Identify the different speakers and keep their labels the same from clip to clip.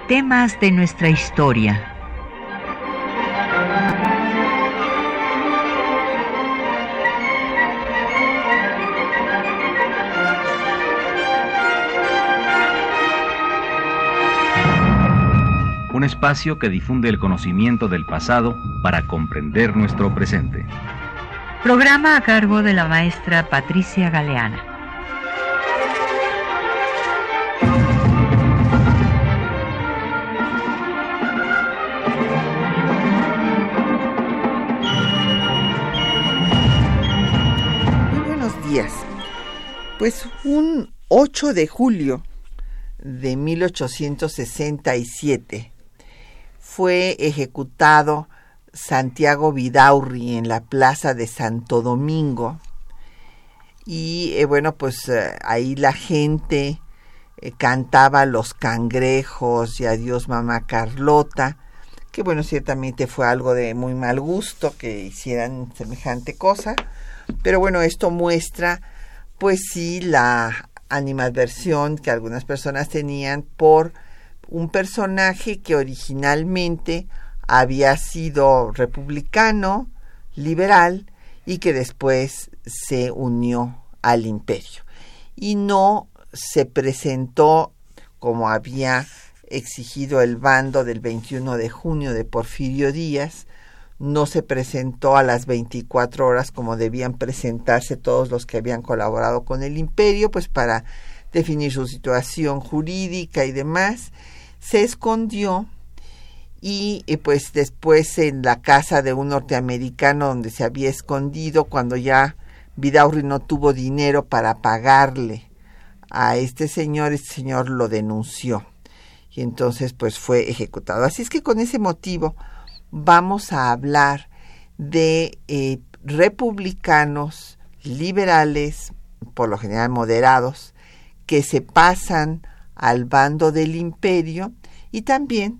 Speaker 1: Temas de nuestra historia.
Speaker 2: Un espacio que difunde el conocimiento del pasado para comprender nuestro presente.
Speaker 1: Programa a cargo de la maestra Patricia Galeana.
Speaker 3: Muy buenos días. Pues un 8 de julio de 1867 fue ejecutado Santiago Vidaurri en la plaza de Santo Domingo y ahí la gente cantaba Los Cangrejos y Adiós Mamá Carlota, que bueno, ciertamente fue algo de muy mal gusto que hicieran semejante cosa, pero bueno, esto muestra pues sí la animadversión que algunas personas tenían por un personaje que originalmente había sido republicano, liberal, y que después se unió al imperio. Y no se presentó como había exigido el bando del 21 de junio de Porfirio Díaz, no se presentó a las 24 horas como debían presentarse todos los que habían colaborado con el imperio, pues para definir su situación jurídica y demás. Se escondió y pues después en la casa de un norteamericano donde se había escondido, cuando ya Vidaurri no tuvo dinero para pagarle a este señor lo denunció y entonces pues fue ejecutado. Así es que con ese motivo vamos a hablar de republicanos liberales, por lo general moderados, que se pasan al bando del imperio, y también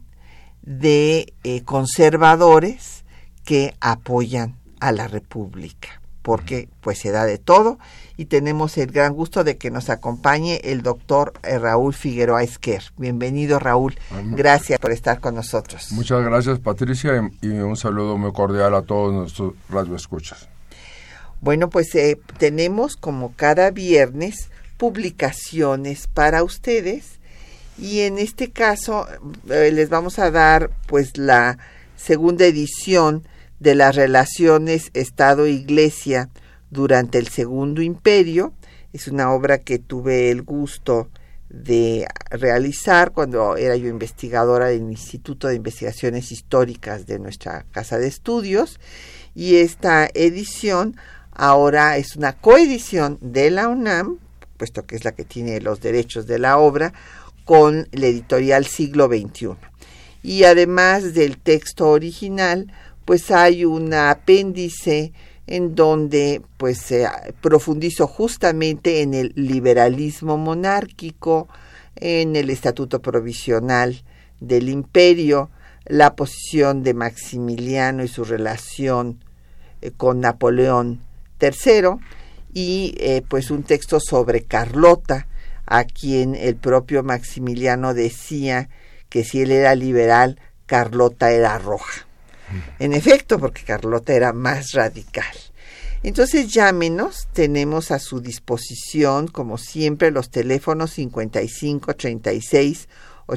Speaker 3: de conservadores que apoyan a la república, porque pues se da de todo, y tenemos el gran gusto de que nos acompañe el doctor Raúl Figueroa Esquer. Bienvenido, Raúl. Gracias por estar con nosotros.
Speaker 4: Muchas gracias, Patricia, y un saludo muy cordial a todos nuestros radioescuchas.
Speaker 3: Bueno, pues tenemos como cada viernes publicaciones para ustedes, y en este caso les vamos a dar pues la segunda edición de las relaciones Estado-Iglesia durante el Segundo Imperio. Es una obra que tuve el gusto de realizar cuando era yo investigadora del Instituto de Investigaciones Históricas de nuestra casa de estudios, y esta edición ahora es una coedición de la UNAM, puesto que es la que tiene los derechos de la obra, con la editorial Siglo XXI. Y además del texto original, pues hay un apéndice en donde pues se profundizó justamente en el liberalismo monárquico, en el estatuto provisional del imperio, la posición de Maximiliano y su relación con Napoleón III, y pues un texto sobre Carlota, a quien el propio Maximiliano decía que si él era liberal, Carlota era roja. En efecto, porque Carlota era más radical. Entonces llámenos, tenemos a su disposición, como siempre, los teléfonos 55 36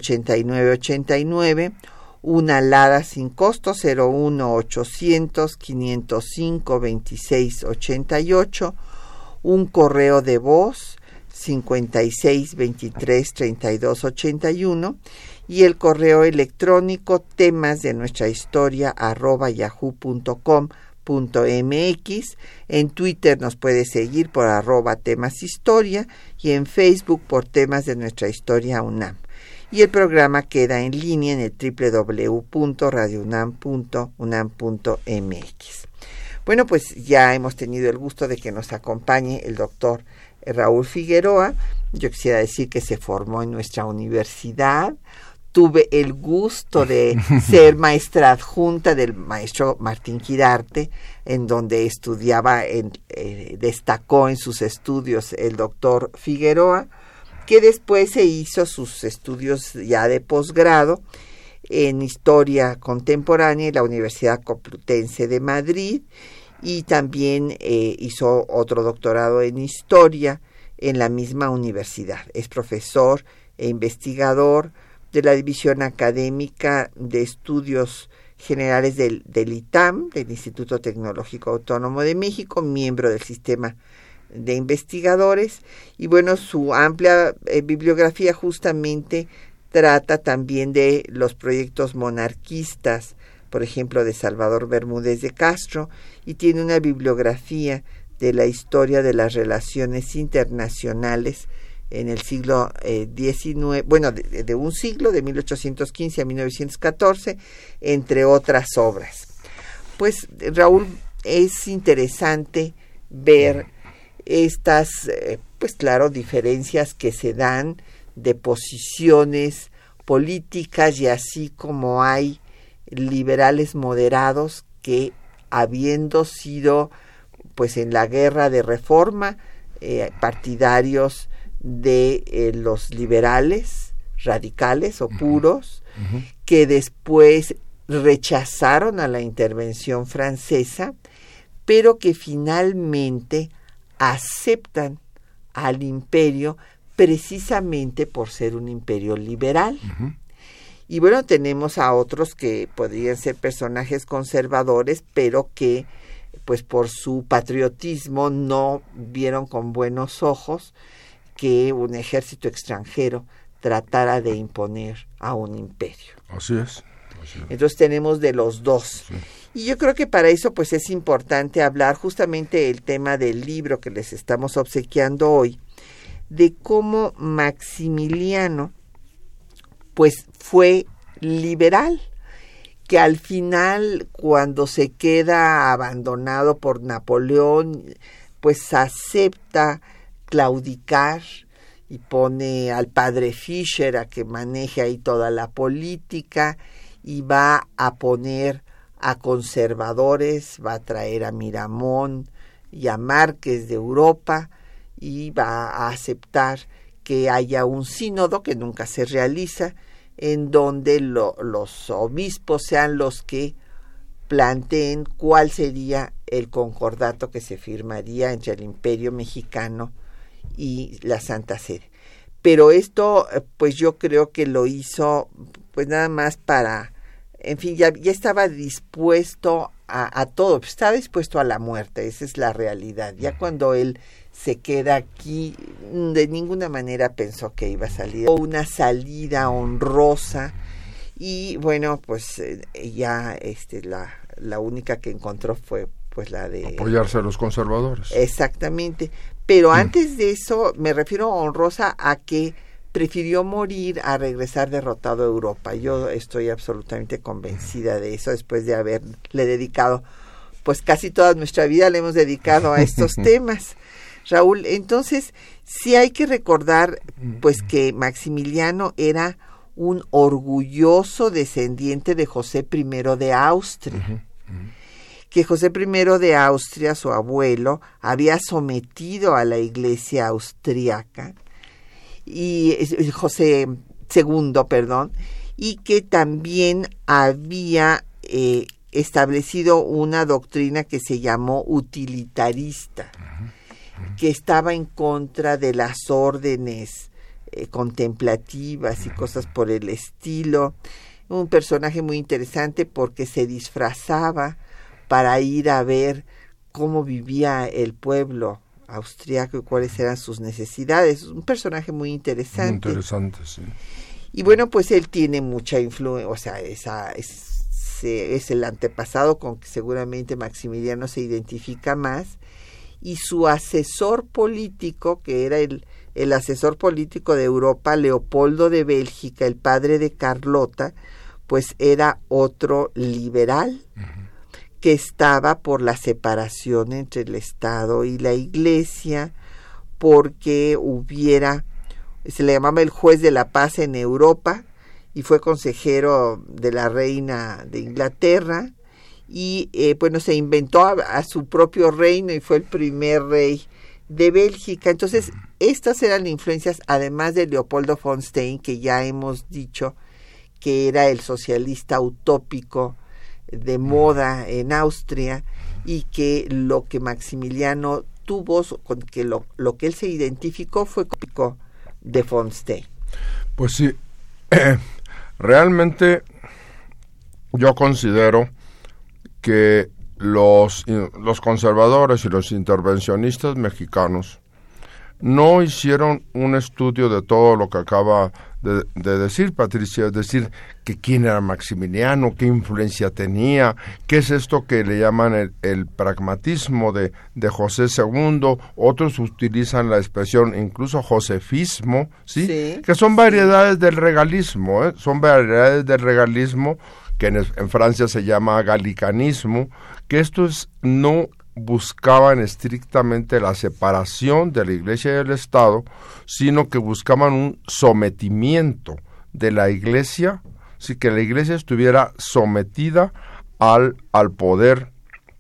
Speaker 3: 89 89, una alada sin costo 01 800 505 26 88, un correo de voz 56 23 32 81, y el correo electrónico temas de nuestra historia @yahoo.com.mx. En Twitter nos puede seguir por @temashistoria y en Facebook por Temas de Nuestra Historia UNAM. Y el programa queda en línea en el www.radiounam.unam.mx. Bueno, pues ya hemos tenido el gusto de que nos acompañe el doctor Raúl Figueroa. Yo quisiera decir que se formó en nuestra universidad. Tuve el gusto de ser maestra adjunta del maestro Martín Quirarte, en donde destacó en sus estudios el doctor Figueroa, que después se hizo sus estudios ya de posgrado en Historia Contemporánea en la Universidad Complutense de Madrid, y también hizo otro doctorado en Historia en la misma universidad. Es profesor e investigador de la División Académica de Estudios Generales del ITAM, del Instituto Tecnológico Autónomo de México, miembro del sistema de investigadores, y bueno, su amplia bibliografía justamente trata también de los proyectos monarquistas, por ejemplo, de Salvador Bermúdez de Castro, y tiene una bibliografía de la historia de las relaciones internacionales en el siglo XIX, bueno, de un siglo, de 1815 a 1914, entre otras obras. Pues, Raúl, es interesante ver estas, pues claro, diferencias que se dan de posiciones políticas, y así como hay liberales moderados que, habiendo sido pues en la guerra de reforma partidarios de los liberales radicales o puros, que después rechazaron a la intervención francesa, pero que finalmente aceptan al imperio precisamente por ser un imperio liberal. Y bueno, tenemos a otros que podrían ser personajes conservadores, pero que pues por su patriotismo no vieron con buenos ojos que un ejército extranjero tratara de imponer a un imperio.
Speaker 4: Así es.
Speaker 3: Entonces tenemos de los dos. Sí. Y yo creo que para eso pues es importante hablar justamente el tema del libro que les estamos obsequiando hoy, de cómo Maximiliano pues fue liberal, que al final, cuando se queda abandonado por Napoleón, pues acepta claudicar y pone al padre Fischer a que maneje ahí toda la política, y va a poner a conservadores, va a traer a Miramón y a Márquez de Europa, y va a aceptar que haya un sínodo que nunca se realiza, en donde los obispos sean los que planteen cuál sería el concordato que se firmaría entre el Imperio Mexicano y la Santa Sede. Pero esto, pues yo creo que lo hizo pues nada más para, en fin, ya estaba dispuesto a todo, estaba dispuesto a la muerte, esa es la realidad. Ya cuando él se queda aquí, de ninguna manera pensó que iba a salir. Una salida honrosa, y bueno, pues ya la única que encontró fue pues la de
Speaker 4: apoyarse a los conservadores.
Speaker 3: Exactamente. Pero antes de eso, me refiero honrosa a que prefirió morir a regresar derrotado a Europa. Yo estoy absolutamente convencida de eso, después de haberle dedicado, pues casi toda nuestra vida le hemos dedicado a estos temas, Raúl. Entonces, sí hay que recordar, pues, que Maximiliano era un orgulloso descendiente de José I de Austria. Que José I de Austria, su abuelo, había sometido a la Iglesia austriaca, y José II, perdón, y que también había establecido una doctrina que se llamó utilitarista, que estaba en contra de las órdenes contemplativas y cosas por el estilo. Un personaje muy interesante porque se disfrazaba para ir a ver cómo vivía el pueblo austriaco y cuáles eran sus necesidades. Un personaje muy interesante.
Speaker 4: Muy interesante, sí.
Speaker 3: Y bueno, pues él tiene mucha influencia, o sea, es el antepasado con que seguramente Maximiliano se identifica más, y su asesor político, que era el asesor político de Europa, Leopoldo de Bélgica, el padre de Carlota, pues era otro liberal, que estaba por la separación entre el Estado y la Iglesia, porque se le llamaba el juez de la paz en Europa, y fue consejero de la reina de Inglaterra, y bueno, se inventó a su propio reino y fue el primer rey de Bélgica. Entonces estas eran influencias, además de Leopoldo von Stein, que ya hemos dicho que era el socialista utópico de moda en Austria, y que lo que Maximiliano tuvo, con que lo que él se identificó fue cópico de von Stein.
Speaker 4: Pues sí, realmente yo considero que los conservadores y los intervencionistas mexicanos no hicieron un estudio de todo lo que acaba de decir Patricia, es decir, que quién era Maximiliano, qué influencia tenía, qué es esto que le llaman el pragmatismo de José II, otros utilizan la expresión incluso josefismo, ¿sí? Que son variedades del regalismo, son variedades del regalismo que en Francia se llama galicanismo, que estos no buscaban estrictamente la separación de la Iglesia y del Estado, sino que buscaban un sometimiento de la Iglesia, sí, que la Iglesia estuviera sometida al poder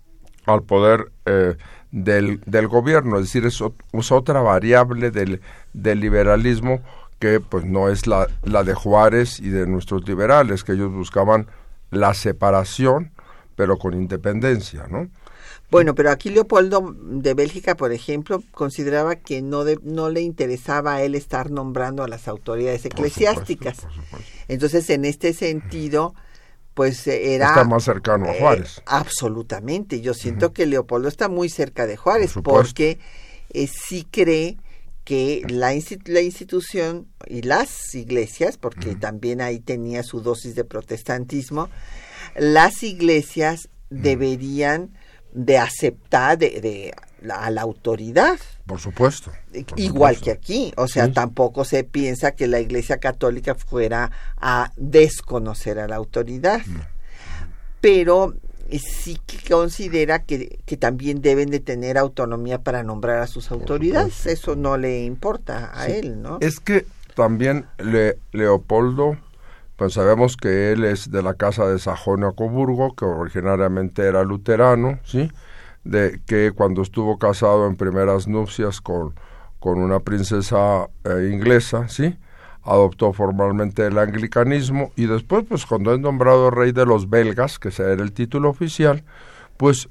Speaker 4: del gobierno, es decir, es otra variable del liberalismo que pues no es la de Juárez y de nuestros liberales, que ellos buscaban la separación, pero con independencia, ¿no?
Speaker 3: Bueno, pero aquí Leopoldo de Bélgica, por ejemplo, consideraba que no le interesaba a él estar nombrando a las autoridades eclesiásticas.
Speaker 4: Por supuesto.
Speaker 3: Entonces, en este sentido, pues era...
Speaker 4: Está más cercano a Juárez.
Speaker 3: Absolutamente. Yo siento que Leopoldo está muy cerca de Juárez, porque sí cree que la institución y las iglesias, porque también ahí tenía su dosis de protestantismo, las iglesias deberían de aceptar a la autoridad.
Speaker 4: Por supuesto.
Speaker 3: Igual que aquí. O sea, tampoco se piensa que la Iglesia Católica fuera a desconocer a la autoridad. Pero sí que considera que también deben de tener autonomía para nombrar a sus autoridades. Eso no le importa a él, ¿no?
Speaker 4: Es que también Leopoldo, pues sabemos que él es de la casa de Sajonia-Coburgo, que originariamente era luterano, ¿sí? De que cuando estuvo casado en primeras nupcias con una princesa inglesa, ¿sí? Adoptó formalmente el anglicanismo, y después, pues cuando es nombrado rey de los belgas, que ese era el título oficial, pues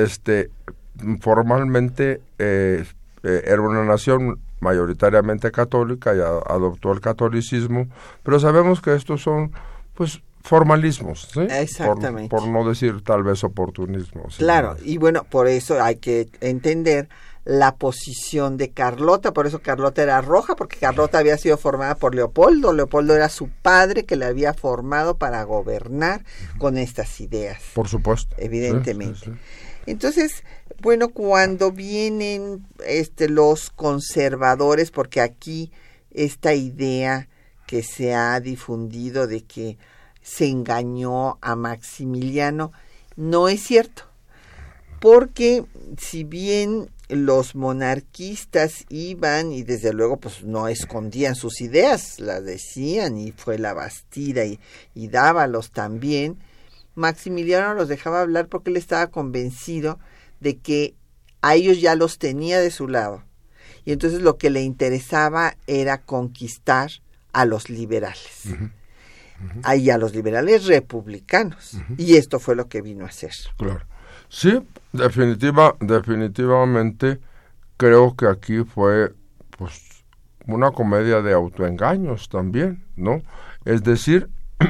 Speaker 4: formalmente era una nación mayoritariamente católica y adoptó el catolicismo, pero sabemos que estos son pues formalismos, ¿sí?
Speaker 3: Exactamente.
Speaker 4: Por no decir tal vez oportunismo. ¿Sí?
Speaker 3: Claro, y bueno, por eso hay que entender la posición de Carlota, por eso Carlota era roja, porque Carlota había sido formada por Leopoldo. Leopoldo era su padre que le había formado para gobernar con estas ideas.
Speaker 4: Por supuesto.
Speaker 3: Evidentemente.
Speaker 4: Sí.
Speaker 3: Entonces, bueno, cuando vienen los conservadores, porque aquí esta idea que se ha difundido de que se engañó a Maximiliano no es cierto, porque si bien los monarquistas iban y desde luego pues no escondían sus ideas, las decían, y fue la Bastida y Dávalos también, Maximiliano los dejaba hablar porque él estaba convencido de que a ellos ya los tenía de su lado, y entonces lo que le interesaba era conquistar a los liberales. Y a los liberales republicanos, y esto fue lo que vino a hacer.
Speaker 4: Claro. Sí, definitivamente creo que aquí fue pues una comedia de autoengaños también, ¿no? Es decir,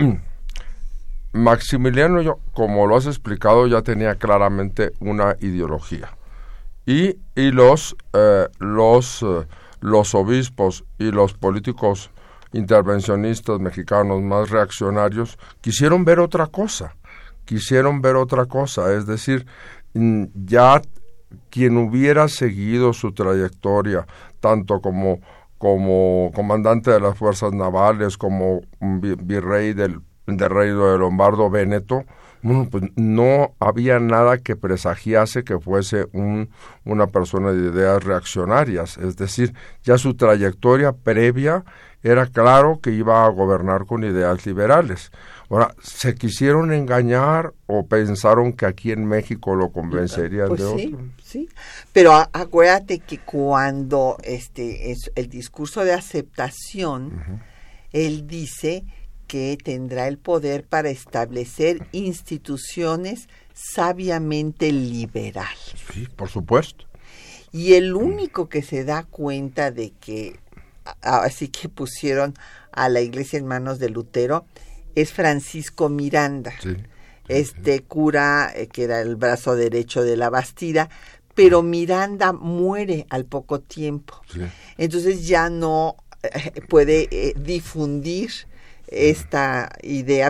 Speaker 4: Maximiliano, como lo has explicado, ya tenía claramente una ideología, y los obispos y los políticos intervencionistas mexicanos más reaccionarios quisieron ver otra cosa, es decir, ya quien hubiera seguido su trayectoria, tanto como comandante de las fuerzas navales, como virrey del reino de Lombardo Véneto, Bueno, pues no había nada que presagiase que fuese una persona de ideas reaccionarias, es decir, ya su trayectoria previa era claro que iba a gobernar con ideas liberales. Ahora, ¿se quisieron engañar o pensaron que aquí en México lo convencerían
Speaker 3: pues
Speaker 4: de
Speaker 3: sí,
Speaker 4: otro?
Speaker 3: Sí, pero acuérdate que cuando es el discurso de aceptación, él dice que tendrá el poder para establecer instituciones sabiamente liberales.
Speaker 4: Sí, por supuesto.
Speaker 3: Y el único que se da cuenta de que así que pusieron a la iglesia en manos de Lutero es Francisco Miranda, cura que era el brazo derecho de la Bastida, pero Miranda muere al poco tiempo. Sí. Entonces ya no puede difundir esta idea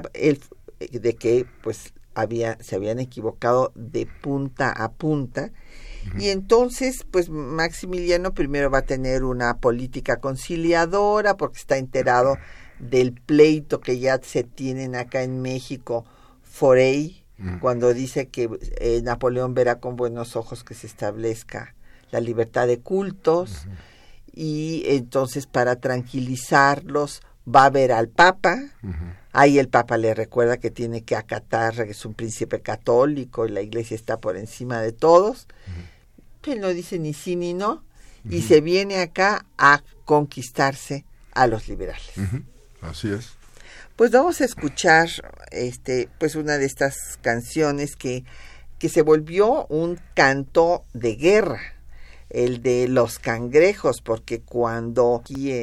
Speaker 3: de que pues se habían equivocado de punta a punta. Y entonces, pues Maximiliano primero va a tener una política conciliadora porque está enterado del pleito que ya se tienen acá en México, Forey, cuando dice que Napoleón verá con buenos ojos que se establezca la libertad de cultos, y entonces para tranquilizarlos va a ver al Papa. Ahí el Papa le recuerda que tiene que acatar, que es un príncipe católico y la iglesia está por encima de todos. Él no dice ni sí ni no, y se viene acá a conquistarse a los liberales.
Speaker 4: Así es.
Speaker 3: Pues vamos a escuchar pues una de estas canciones que se volvió un canto de guerra, el de los cangrejos, porque cuando aquí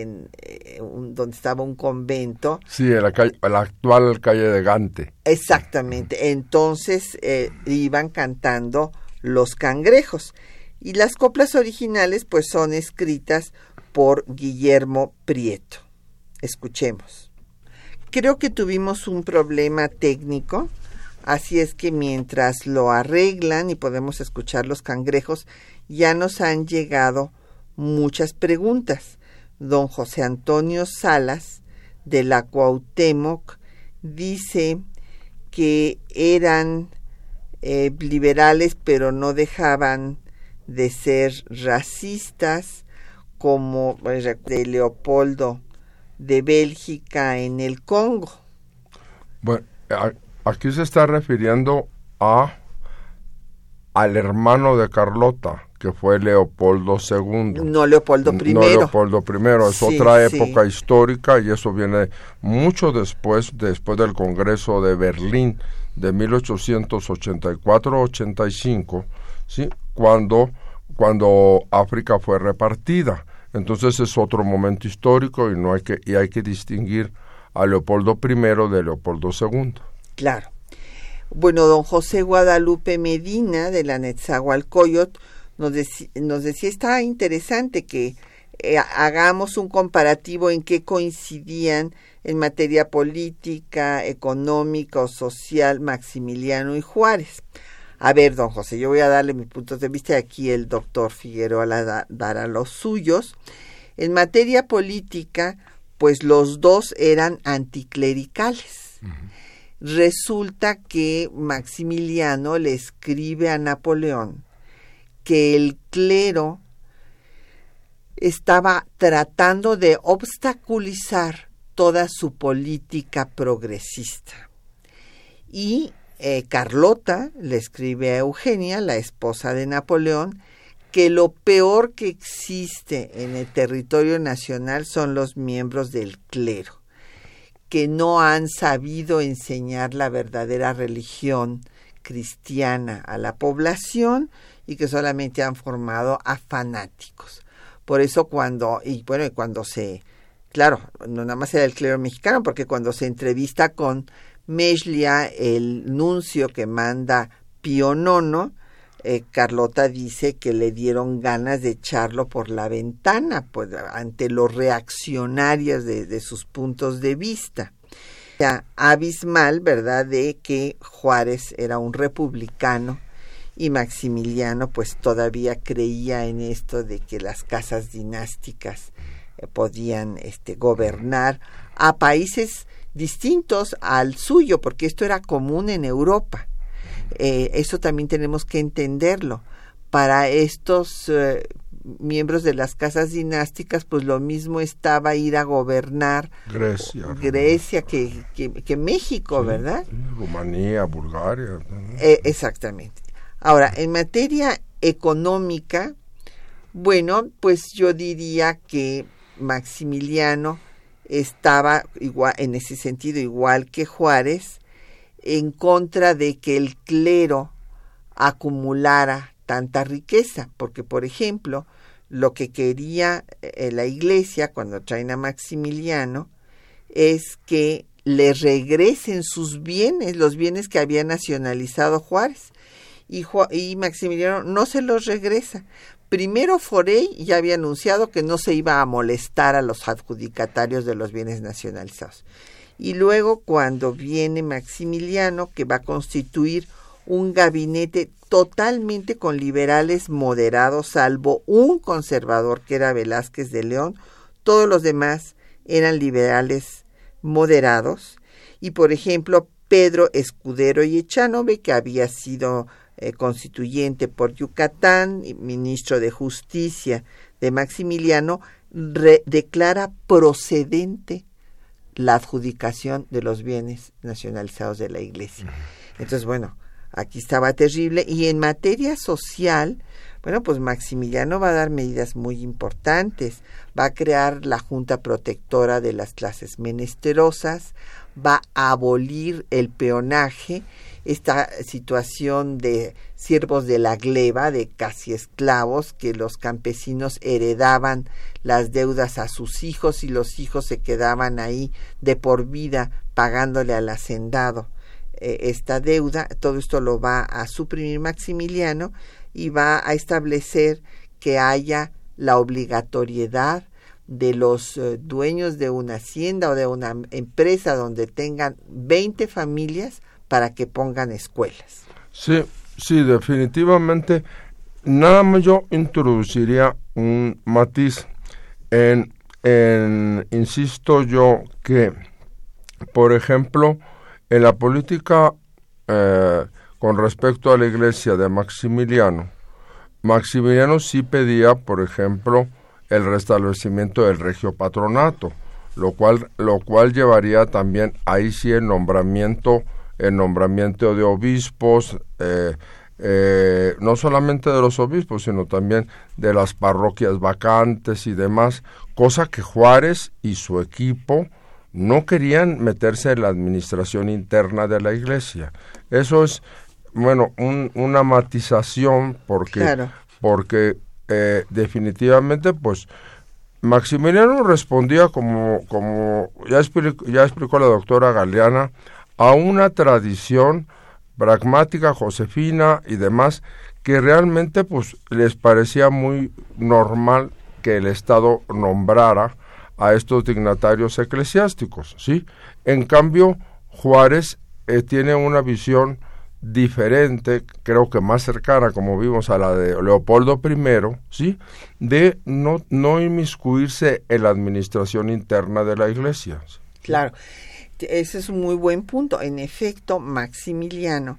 Speaker 3: donde estaba un convento.
Speaker 4: Sí, la actual calle de Gante.
Speaker 3: Exactamente, entonces iban cantando los cangrejos. Y las coplas originales pues son escritas por Guillermo Prieto. Escuchemos. Creo que tuvimos un problema técnico, así es que mientras lo arreglan y podemos escuchar los cangrejos, ya nos han llegado muchas preguntas. Don José Antonio Salas, de la Cuauhtémoc, dice que eran liberales, pero no dejaban de ser racistas, como de Leopoldo de Bélgica en el Congo.
Speaker 4: Bueno, aquí se está refiriendo al hermano de Carlota, que fue Leopoldo II.
Speaker 3: No Leopoldo I.
Speaker 4: No Leopoldo I, es otra época histórica, y eso viene mucho después del Congreso de Berlín de 1884-85, ¿sí? Cuando África fue repartida. Entonces es otro momento histórico y hay que distinguir a Leopoldo I de Leopoldo II.
Speaker 3: Claro. Bueno, don José Guadalupe Medina, de la Netzahualcóyotl, nos decía, está interesante que hagamos un comparativo en qué coincidían en materia política, económica o social Maximiliano y Juárez. A ver, don José, yo voy a darle mis puntos de vista, y aquí el doctor Figueroa dará los suyos. En materia política, pues los dos eran anticlericales. Resulta que Maximiliano le escribe a Napoleón que el clero estaba tratando de obstaculizar toda su política progresista. Y Carlota le escribe a Eugenia, la esposa de Napoleón, que lo peor que existe en el territorio nacional son los miembros del clero, que no han sabido enseñar la verdadera religión cristiana a la población y que solamente han formado a fanáticos. Por eso claro, no nada más era el clero mexicano, porque cuando se entrevista con Mechlia, el nuncio que manda Pío IX, Carlota dice que le dieron ganas de echarlo por la ventana, pues ante los reaccionarios de sus puntos de vista. O sea, abismal, ¿verdad?, de que Juárez era un republicano y Maximiliano pues todavía creía en esto de que las casas dinásticas podían gobernar a países distintos al suyo, porque esto era común en Europa. Eso también tenemos que entenderlo. Para estos miembros de las casas dinásticas, pues lo mismo estaba ir a gobernar Grecia que México, sí, ¿verdad?
Speaker 4: Sí, Rumanía, Bulgaria.
Speaker 3: Exactamente. Ahora, en materia económica, bueno, pues yo diría que Maximiliano estaba igual, en ese sentido, igual que Juárez, en contra de que el clero acumulara tanta riqueza, porque, por ejemplo, lo que quería la Iglesia cuando traen a Maximiliano es que le regresen sus bienes, los bienes que había nacionalizado Juárez, y Maximiliano no se los regresa. Primero, Forey ya había anunciado que no se iba a molestar a los adjudicatarios de los bienes nacionalizados. Y luego, cuando viene Maximiliano, que va a constituir un gabinete totalmente con liberales moderados, salvo un conservador que era Velázquez de León, todos los demás eran liberales moderados. Y, por ejemplo, Pedro Escudero y Echanove, que había sido constituyente por Yucatán, ministro de Justicia de Maximiliano, declara procedente la adjudicación de los bienes nacionalizados de la Iglesia. Entonces, bueno, aquí estaba terrible. Y en materia social, bueno, pues Maximiliano va a dar medidas muy importantes. Va a crear la Junta Protectora de las Clases Menesterosas, va a abolir el peonaje, esta situación de siervos de la gleba, de casi esclavos, que los campesinos heredaban las deudas a sus hijos y los hijos se quedaban ahí de por vida pagándole al hacendado esta deuda. Todo esto lo va a suprimir Maximiliano y va a establecer que haya la obligatoriedad de los dueños de una hacienda o de una empresa donde tengan 20 familias para que pongan escuelas.
Speaker 4: Sí, definitivamente. Nada más yo introduciría un matiz insisto yo que, por ejemplo, en la política con respecto a la Iglesia de Maximiliano sí pedía, por ejemplo, el restablecimiento del regio patronato, lo cual llevaría también ahí sí el nombramiento de obispos, no solamente de los obispos, sino también de las parroquias vacantes y demás, cosa que Juárez y su equipo no querían meterse en la administración interna de la Iglesia. Eso es, bueno, una matización porque definitivamente, pues, Maximiliano respondía como ya explicó la doctora Galeana, a una tradición pragmática, josefina y demás, que realmente pues les parecía muy normal que el Estado nombrara a estos dignatarios eclesiásticos, ¿sí? En cambio, Juárez tiene una visión diferente, creo que más cercana, como vimos, a la de Leopoldo I, ¿sí? De no inmiscuirse en la administración interna de la Iglesia. ¿Sí?
Speaker 3: Claro. Ese es un muy buen punto. En efecto, Maximiliano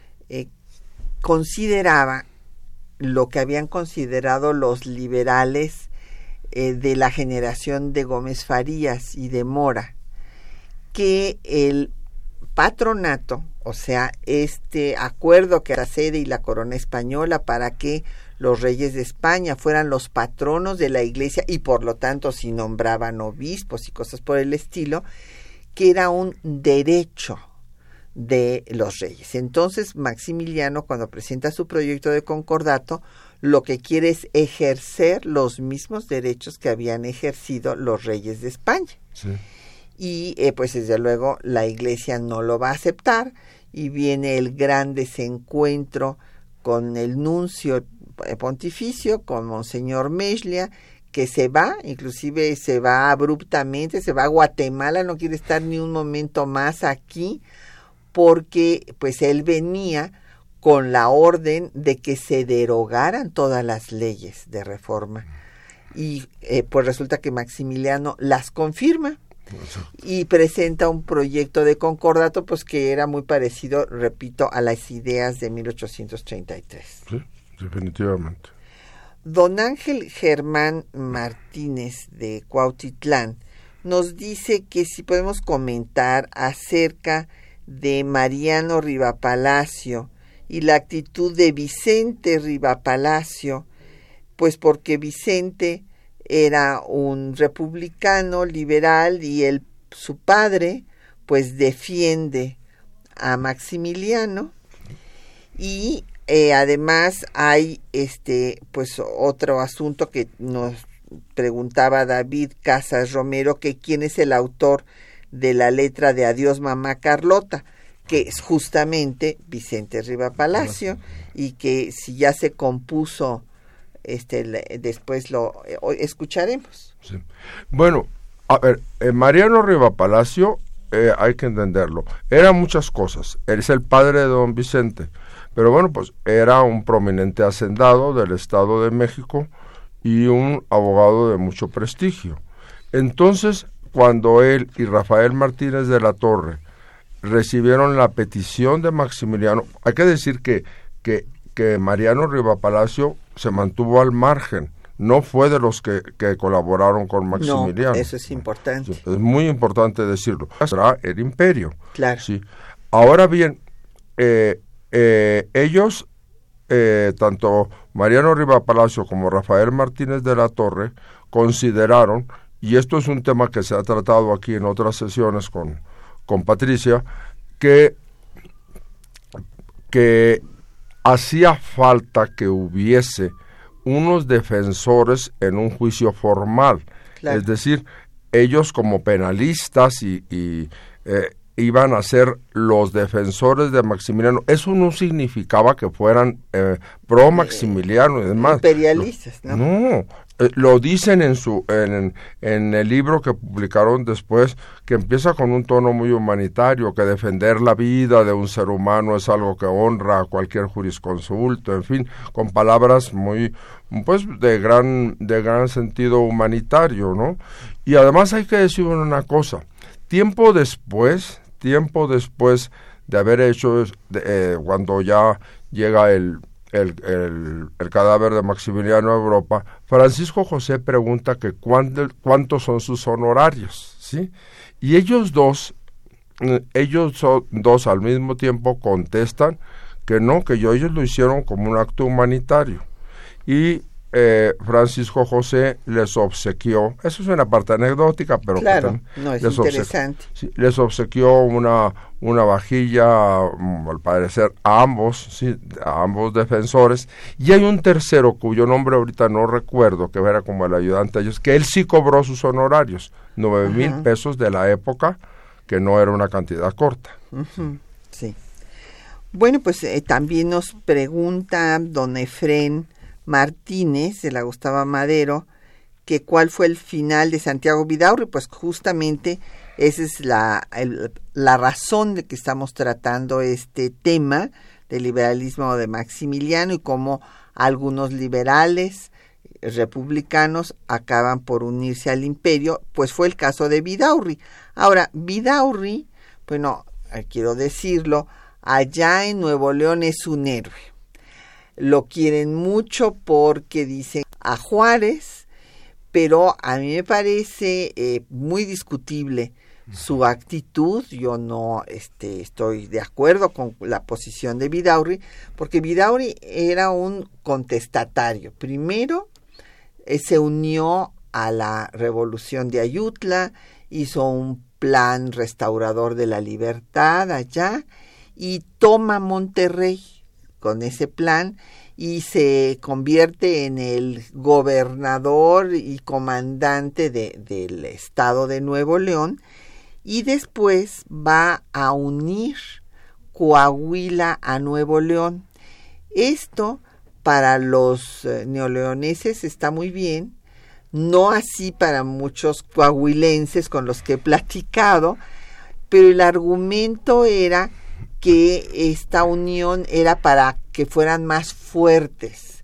Speaker 3: consideraba lo que habían considerado los liberales de la generación de Gómez Farías y de Mora, que el patronato, o sea, este acuerdo que hace y la corona española para que los reyes de España fueran los patronos de la Iglesia y por lo tanto si nombraban obispos y cosas por el estilo, que era un derecho de los reyes. Entonces, Maximiliano, cuando presenta su proyecto de concordato, lo que quiere es ejercer los mismos derechos que habían ejercido los reyes de España.
Speaker 4: Sí.
Speaker 3: Y, pues, desde luego, la Iglesia no lo va a aceptar y viene el gran desencuentro con el nuncio pontificio, con Monseñor Mexlia, que se va, inclusive se va abruptamente, se va a Guatemala, no quiere estar ni un momento más aquí, porque pues él venía con la orden de que se derogaran todas las leyes de reforma. Y pues resulta que Maximiliano las confirma. y presenta un proyecto de concordato pues que era muy parecido, repito, a las ideas de 1833.
Speaker 4: Sí, definitivamente.
Speaker 3: Don Ángel Germán Martínez de Cuautitlán nos dice que si podemos comentar acerca de Mariano Rivapalacio y la actitud de Vicente Rivapalacio, pues porque Vicente era un republicano liberal y su padre pues defiende a Maximiliano, y además hay pues otro asunto que nos preguntaba David Casas Romero, que quién es el autor de la letra de Adiós Mamá Carlota, que es justamente Vicente Rivapalacio, y que si ya se compuso, después lo escucharemos.
Speaker 4: Sí. Bueno, a ver, Mariano Rivapalacio, hay que entenderlo, era muchas cosas. Él es el padre de don Vicente, pero bueno, pues era un prominente hacendado del Estado de México y un abogado de mucho prestigio. Entonces, cuando él y Rafael Martínez de la Torre recibieron la petición de Maximiliano, hay que decir que Mariano Rivapalacio se mantuvo al margen, no fue de los que colaboraron con Maximiliano.
Speaker 3: No, eso es importante.
Speaker 4: Es muy importante decirlo. Será el imperio.
Speaker 3: Claro.
Speaker 4: Sí. Ahora bien, ellos, tanto Mariano Rivapalacio como Rafael Martínez de la Torre, consideraron, y esto es un tema que se ha tratado aquí en otras sesiones con Patricia, que hacía falta que hubiese unos defensores en un juicio formal. Claro. Es decir, ellos como penalistas iban a ser los defensores de Maximiliano. Eso no significaba que fueran pro Maximiliano y demás.
Speaker 3: Imperialistas, ¿no?
Speaker 4: No, lo dicen en el libro que publicaron después, que empieza con un tono muy humanitario, que defender la vida de un ser humano es algo que honra a cualquier jurisconsulto, en fin, con palabras muy, pues, de gran sentido humanitario, ¿no? Y además hay que decir una cosa, tiempo después de haber hecho, cuando ya llega el cadáver de Maximiliano a Europa, Francisco José pregunta que cuántos son sus honorarios, ¿sí? Y ellos dos al mismo tiempo contestan que no, que ellos lo hicieron como un acto humanitario. Y Francisco José les obsequió, eso es una parte anecdótica, pero
Speaker 3: claro, no, es interesante.
Speaker 4: Les obsequió una vajilla, al parecer a ambos defensores, y hay un tercero cuyo nombre ahorita no recuerdo, que era como el ayudante de ellos, que él sí cobró sus honorarios, 9,000 pesos de la época, que no era una cantidad corta.
Speaker 3: Uh-huh. Sí. Bueno, pues también nos pregunta don Efrén Martínez de la Gustavo Madero que cuál fue el final de Santiago Vidaurri. Pues justamente esa es la razón de que estamos tratando este tema del liberalismo de Maximiliano y cómo algunos liberales republicanos acaban por unirse al imperio, pues fue el caso de Vidaurri. Ahora, Vidaurri, bueno, quiero decirlo, allá en Nuevo León es un héroe. Lo quieren mucho porque dicen a Juárez, pero a mí me parece muy discutible su actitud. Yo no estoy de acuerdo con la posición de Vidaurri, porque Vidaurri era un contestatario. Primero, se unió a la revolución de Ayutla, hizo un plan restaurador de la libertad allá y toma Monterrey con ese plan y se convierte en el gobernador y comandante del estado de Nuevo León, y después va a unir Coahuila a Nuevo León. Esto para los neoleoneses está muy bien, no así para muchos coahuilenses con los que he platicado, pero el argumento era que esta unión era para que fueran más fuertes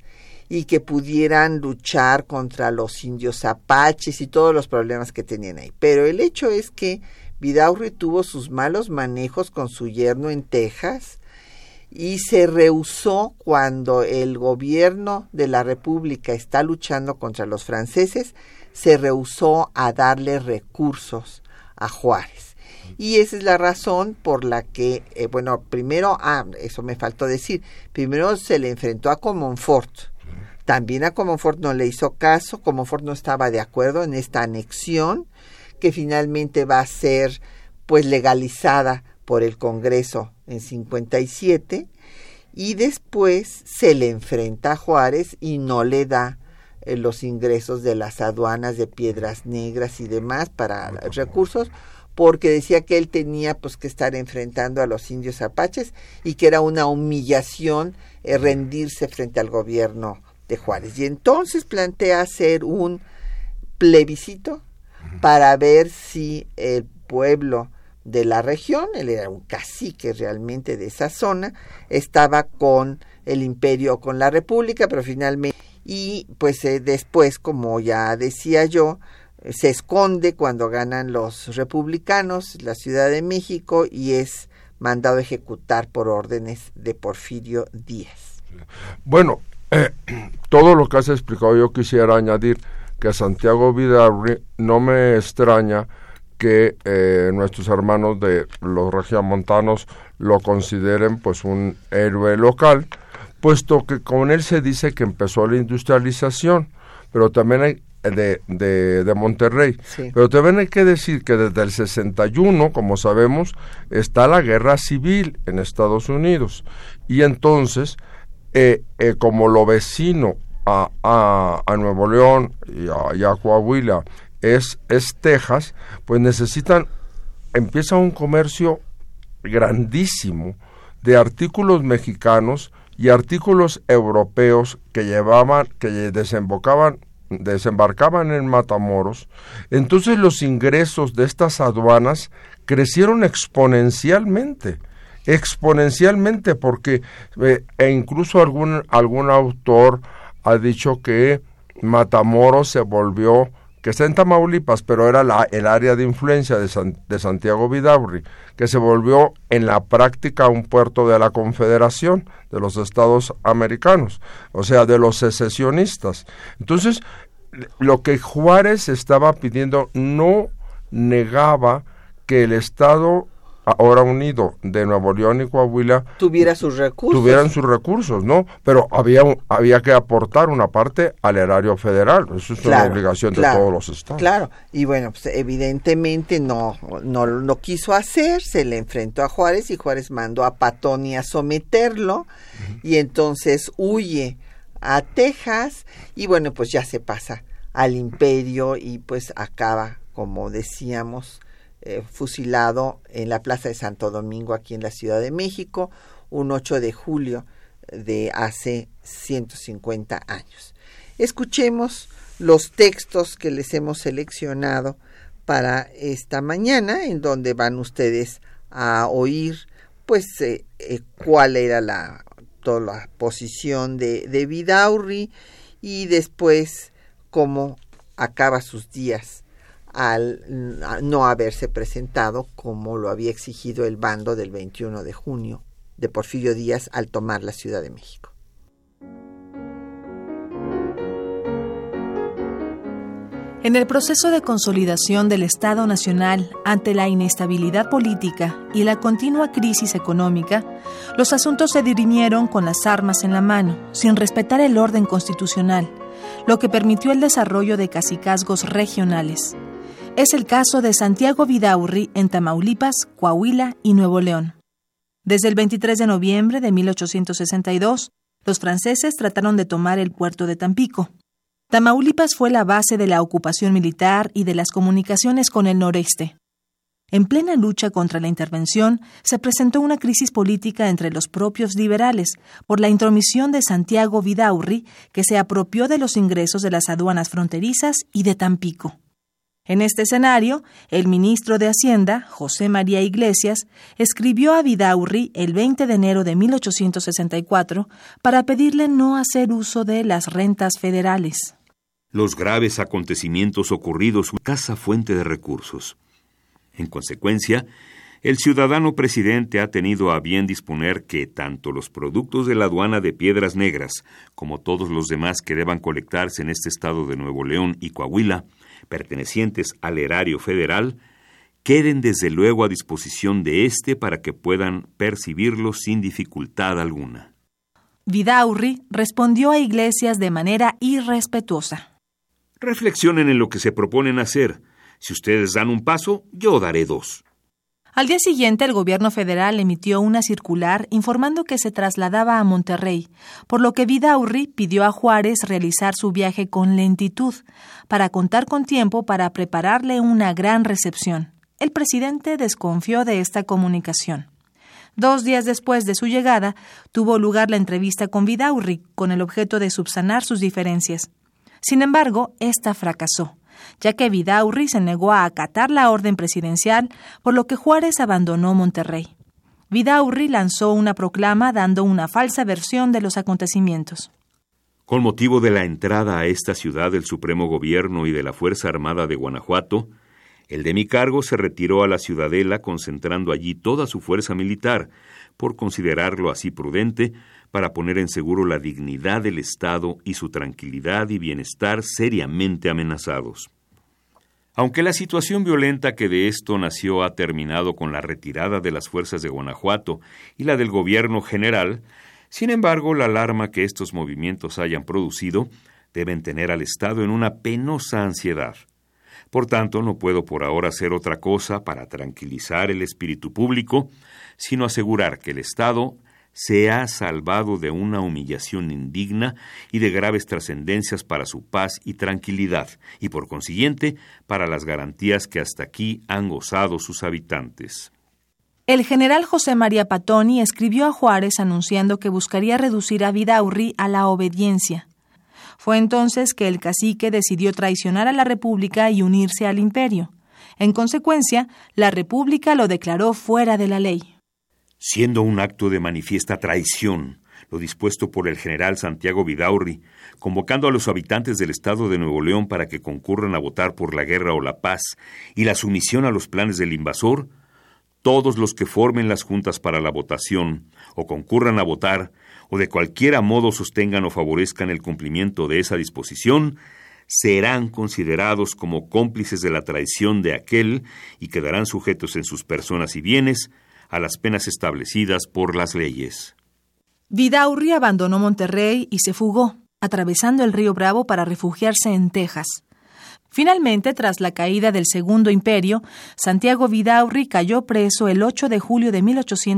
Speaker 3: y que pudieran luchar contra los indios apaches y todos los problemas que tenían ahí. Pero el hecho es que Vidaurri tuvo sus malos manejos con su yerno en Texas y se rehusó cuando el gobierno de la República está luchando contra los franceses, se rehusó a darle recursos a Juárez. Y esa es la razón por la que, primero, eso me faltó decir, primero se le enfrentó a Comonfort. También a Comonfort no le hizo caso, Comonfort no estaba de acuerdo en esta anexión, que finalmente va a ser pues legalizada por el Congreso en 57, y después se le enfrenta a Juárez y no le da los ingresos de las aduanas de Piedras Negras y demás para recursos, porque decía que él tenía pues que estar enfrentando a los indios apaches y que era una humillación rendirse frente al gobierno de Juárez. Y entonces plantea hacer un plebiscito para ver si el pueblo de la región, él era un cacique realmente de esa zona, estaba con el imperio, con la república, pero finalmente, y pues después, como ya decía yo, se esconde cuando ganan los republicanos la Ciudad de México y es mandado a ejecutar por órdenes de Porfirio Díaz.
Speaker 4: Bueno, todo lo que has explicado, yo quisiera añadir que a Santiago Vidaurri no me extraña que nuestros hermanos de los regiomontanos lo consideren pues un héroe local, puesto que con él se dice que empezó la industrialización, pero también hay de Monterrey. Sí. Pero también hay que decir que desde el 61, como sabemos, está la guerra civil en Estados Unidos. Y entonces, como lo vecino a Nuevo León y a Coahuila es Texas, pues empieza un comercio grandísimo de artículos mexicanos y artículos europeos que desembarcaban en Matamoros. Entonces los ingresos de estas aduanas crecieron exponencialmente porque incluso algún autor ha dicho que Matamoros se volvió, que está en Tamaulipas, pero era el área de influencia de Santiago Vidaurri, que se volvió en la práctica un puerto de la Confederación de los Estados Americanos, o sea, de los secesionistas. Entonces, lo que Juárez estaba pidiendo no negaba que el Estado ahora unido de Nuevo León y Coahuila tuvieran sus recursos, ¿no? Pero había que aportar una parte al erario federal. Eso es una obligación de todos los estados.
Speaker 3: Claro, y bueno, pues evidentemente no lo quiso hacer, se le enfrentó a Juárez y Juárez mandó a Patoni a someterlo, y entonces huye a Texas y bueno, pues ya se pasa al imperio y pues acaba, como decíamos, fusilado en la Plaza de Santo Domingo, aquí en la Ciudad de México, un 8 de julio de hace 150 años. Escuchemos los textos que les hemos seleccionado para esta mañana, en donde van ustedes a oír pues cuál era toda la posición de Vidaurri y después cómo acaba sus días al no haberse presentado como lo había exigido el bando del 21 de junio de Porfirio Díaz al tomar la Ciudad de México.
Speaker 5: En el proceso de consolidación del Estado Nacional ante la inestabilidad política y la continua crisis económica, los asuntos se dirimieron con las armas en la mano, sin respetar el orden constitucional, lo que permitió el desarrollo de cacicazgos regionales. Es el caso de Santiago Vidaurri en Tamaulipas, Coahuila y Nuevo León. Desde el 23 de noviembre de 1862, los franceses trataron de tomar el puerto de Tampico. Tamaulipas fue la base de la ocupación militar y de las comunicaciones con el noreste. En plena lucha contra la intervención, se presentó una crisis política entre los propios liberales por la intromisión de Santiago Vidaurri, que se apropió de los ingresos de las aduanas fronterizas y de Tampico. En este escenario, el ministro de Hacienda, José María Iglesias, escribió a Vidaurri el 20 de enero de 1864 para pedirle no hacer uso de las rentas federales.
Speaker 6: Los graves acontecimientos ocurridos son escasa fuente de recursos. En consecuencia, el ciudadano presidente ha tenido a bien disponer que tanto los productos de la aduana de Piedras Negras como todos los demás que deban colectarse en este estado de Nuevo León y Coahuila, pertenecientes al erario federal, queden desde luego a disposición de éste para que puedan percibirlos sin dificultad alguna.
Speaker 5: Vidaurri respondió a Iglesias de manera irrespetuosa.
Speaker 6: Reflexionen en lo que se proponen hacer. Si ustedes dan un paso, yo daré dos.
Speaker 5: Al día siguiente, el gobierno federal emitió una circular informando que se trasladaba a Monterrey, por lo que Vidaurri pidió a Juárez realizar su viaje con lentitud, para contar con tiempo para prepararle una gran recepción. El presidente desconfió de esta comunicación. 2 días después de su llegada, tuvo lugar la entrevista con Vidaurri, con el objeto de subsanar sus diferencias. Sin embargo, esta fracasó, ya que Vidaurri se negó a acatar la orden presidencial, por lo que Juárez abandonó Monterrey. Vidaurri lanzó una proclama dando una falsa versión de los acontecimientos.
Speaker 6: Con motivo de la entrada a esta ciudad del Supremo Gobierno y de la Fuerza Armada de Guanajuato, el de mi cargo se retiró a la Ciudadela concentrando allí toda su fuerza militar, por considerarlo así prudente, para poner en seguro la dignidad del Estado y su tranquilidad y bienestar seriamente amenazados. Aunque la situación violenta que de esto nació ha terminado con la retirada de las fuerzas de Guanajuato y la del gobierno general, sin embargo, la alarma que estos movimientos hayan producido deben tener al Estado en una penosa ansiedad. Por tanto, no puedo por ahora hacer otra cosa para tranquilizar el espíritu público, sino asegurar que el Estado se ha salvado de una humillación indigna y de graves trascendencias para su paz y tranquilidad, y por consiguiente, para las garantías que hasta aquí han gozado sus habitantes.
Speaker 5: El general José María Patoni escribió a Juárez anunciando que buscaría reducir a Vidaurri a la obediencia. Fue entonces que el cacique decidió traicionar a la República y unirse al imperio. En consecuencia, la República lo declaró fuera de la ley.
Speaker 6: Siendo un acto de manifiesta traición, lo dispuesto por el general Santiago Vidaurri, convocando a los habitantes del estado de Nuevo León para que concurran a votar por la guerra o la paz y la sumisión a los planes del invasor, todos los que formen las juntas para la votación o concurran a votar o de cualquiera modo sostengan o favorezcan el cumplimiento de esa disposición, serán considerados como cómplices de la traición de aquel y quedarán sujetos en sus personas y bienes a las penas establecidas por las leyes.
Speaker 5: Vidaurri abandonó Monterrey y se fugó, atravesando el río Bravo para refugiarse en Texas. Finalmente, tras la caída del Segundo Imperio, Santiago Vidaurri cayó preso el 8 de julio de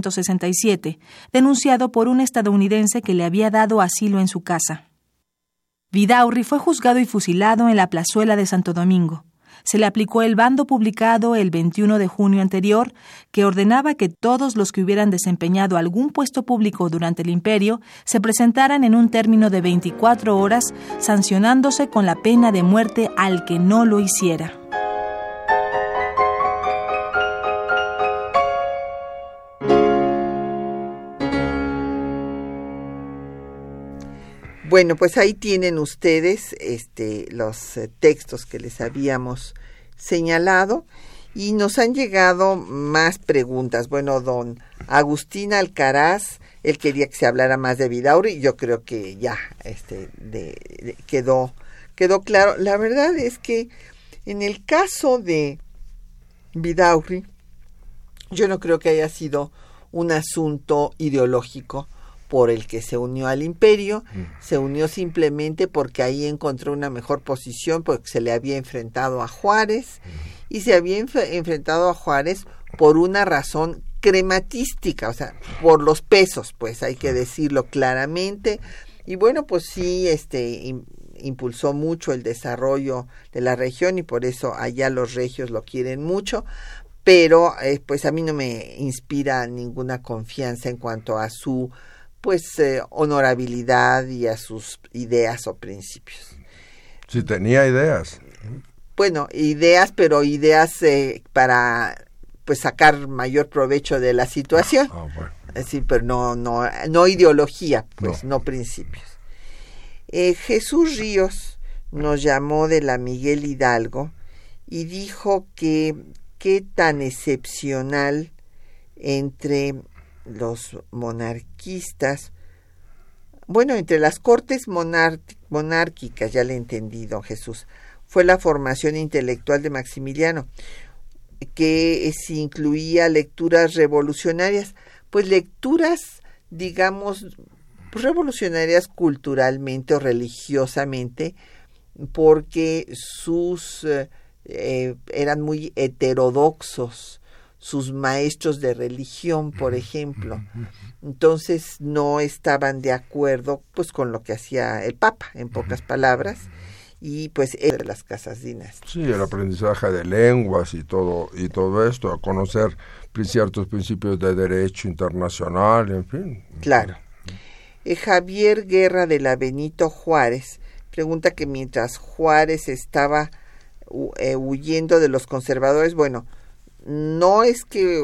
Speaker 5: 1867, denunciado por un estadounidense que le había dado asilo en su casa. Vidaurri fue juzgado y fusilado en la plazuela de Santo Domingo. Se le aplicó el bando publicado el 21 de junio anterior, que ordenaba que todos los que hubieran desempeñado algún puesto público durante el imperio se presentaran en un término de 24 horas, sancionándose con la pena de muerte al que no lo hiciera.
Speaker 3: Bueno, pues ahí tienen ustedes los textos que les habíamos señalado y nos han llegado más preguntas. Bueno, don Agustín Alcaraz, él quería que se hablara más de Vidaurri y yo creo que ya quedó claro. La verdad es que en el caso de Vidaurri, yo no creo que haya sido un asunto ideológico por el que se unió al imperio, se unió simplemente porque ahí encontró una mejor posición, porque se le había enfrentado a Juárez, y se había enfrentado a Juárez por una razón crematística, o sea, por los pesos, pues hay que decirlo claramente, y bueno, pues sí, impulsó mucho el desarrollo de la región, y por eso allá los regios lo quieren mucho, pero pues a mí no me inspira ninguna confianza en cuanto a su honorabilidad y a sus ideas o principios.
Speaker 4: Si tenía ideas.
Speaker 3: bueno, ideas, pero ideas para pues sacar mayor provecho de la situación.
Speaker 4: Bueno.
Speaker 3: Sí, pero no ideología, pues no principios. Jesús Ríos nos llamó de la Miguel Hidalgo y dijo que qué tan excepcional entre los monarquistas, bueno, entre las cortes monárquicas, ya le entendí, don Jesús, fue la formación intelectual de Maximiliano, que si incluía lecturas revolucionarias, pues lecturas, digamos, revolucionarias culturalmente o religiosamente, porque sus eran muy heterodoxos, sus maestros de religión, por ejemplo. Entonces no estaban de acuerdo pues con lo que hacía el Papa, en pocas palabras, y pues era de las casas dinásticas.
Speaker 4: Sí, el aprendizaje de lenguas y todo esto, a conocer ciertos principios de derecho internacional, en fin.
Speaker 3: Claro. Javier Guerra de la Benito Juárez pregunta que mientras Juárez estaba huyendo de los conservadores, bueno, no es que,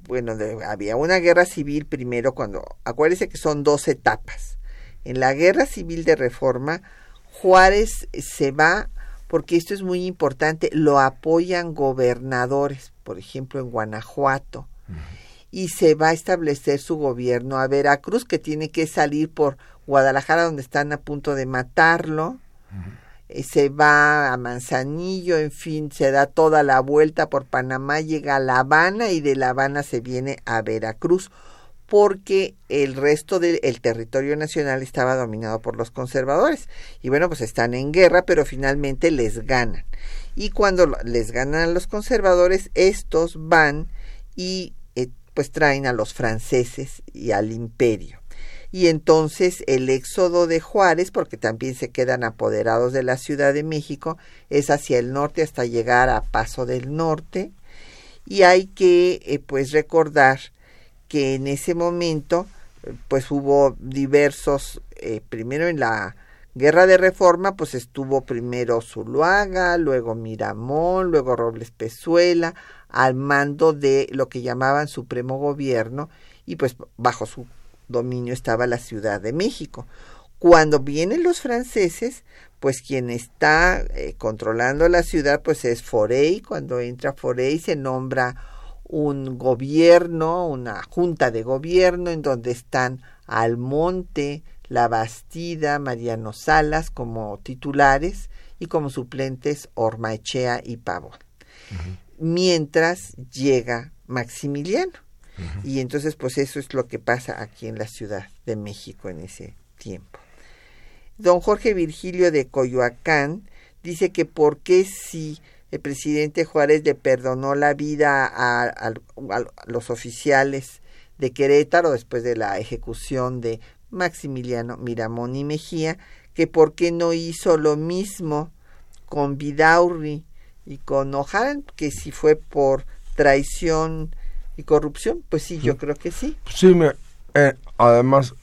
Speaker 3: había una guerra civil primero acuérdese que son 2 etapas. En la guerra civil de reforma, Juárez se va, porque esto es muy importante, lo apoyan gobernadores, por ejemplo en Guanajuato, y se va a establecer su gobierno a Veracruz, que tiene que salir por Guadalajara, donde están a punto de matarlo. Se va a Manzanillo, en fin, se da toda la vuelta por Panamá, llega a La Habana y de La Habana se viene a Veracruz, porque el resto del territorio nacional estaba dominado por los conservadores. Y bueno, pues están en guerra, pero finalmente les ganan. Y cuando les ganan a los conservadores, estos van y pues traen a los franceses y al imperio. Y entonces el éxodo de Juárez, porque también se quedan apoderados de la Ciudad de México, es hacia el norte hasta llegar a Paso del Norte. Y hay que pues recordar que en ese momento pues hubo diversos, primero en la Guerra de Reforma pues estuvo primero Zuluaga, luego Miramón, luego Robles Pezuela, al mando de lo que llamaban Supremo Gobierno, y pues bajo su dominio estaba la Ciudad de México. Cuando vienen los franceses, pues quien está controlando la ciudad pues es Forey. Cuando entra Forey se nombra un gobierno, una junta de gobierno en donde están Almonte, La Bastida, Mariano Salas como titulares y como suplentes Ormaechea y Pavón. Mientras llega Maximiliano. Y entonces pues eso es lo que pasa aquí en la Ciudad de México en ese tiempo. Don Jorge Virgilio de Coyoacán dice que por qué si el presidente Juárez le perdonó la vida a los oficiales de Querétaro después de la ejecución de Maximiliano, Miramón y Mejía, que por qué no hizo lo mismo con Vidaurri y con O'Haran, que si fue por traición y corrupción. Pues sí, yo creo que sí.
Speaker 4: Sí, además,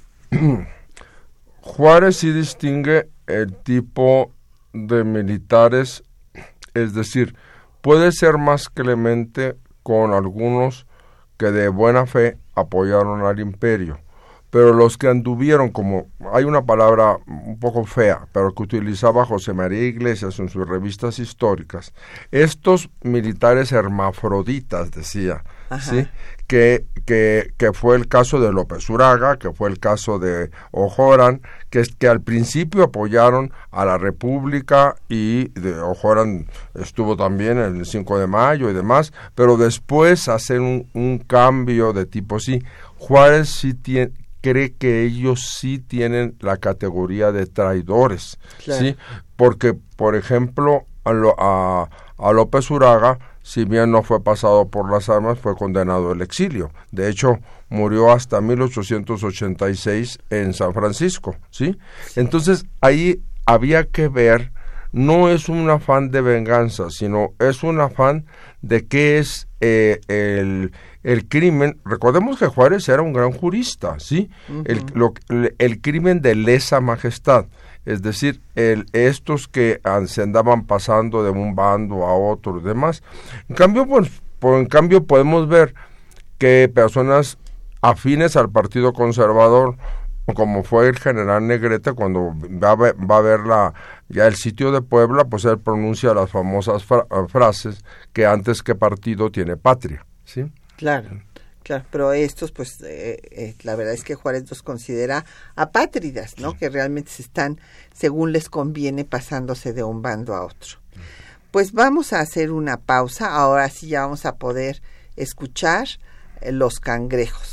Speaker 4: Juárez sí distingue el tipo de militares, es decir, puede ser más clemente con algunos que de buena fe apoyaron al imperio, pero los que anduvieron, como hay una palabra un poco fea, pero que utilizaba José María Iglesias en sus revistas históricas, estos militares hermafroditas, decía, ¿sí? Que fue el caso de López Uraga, que fue el caso de O'Haran, que al principio apoyaron a la República, y de O'Haran estuvo también en el 5 de mayo y demás, pero después hacen un cambio de tipo. Sí, Juárez sí cree que ellos sí tienen la categoría de traidores, claro. ¿Sí? Porque, por ejemplo, a López Uraga, si bien no fue pasado por las armas, fue condenado al exilio. De hecho, murió hasta 1886 en San Francisco, ¿sí? Entonces, ahí había que ver, no es un afán de venganza, sino es un afán de qué es el crimen, recordemos que Juárez era un gran jurista, ¿sí? El crimen de lesa majestad, es decir, estos que se andaban pasando de un bando a otro y demás. En cambio, en cambio podemos ver que personas afines al Partido Conservador, como fue el general Negrete, cuando va a ver ya el sitio de Puebla, pues él pronuncia las famosas frases que antes que partido tiene patria, ¿sí?
Speaker 3: Claro, pero estos, pues, la verdad es que Juárez los considera apátridas, ¿no? Que realmente se están, según les conviene, pasándose de un bando a otro. Pues vamos a hacer una pausa, ahora sí ya vamos a poder escuchar Los Cangrejos.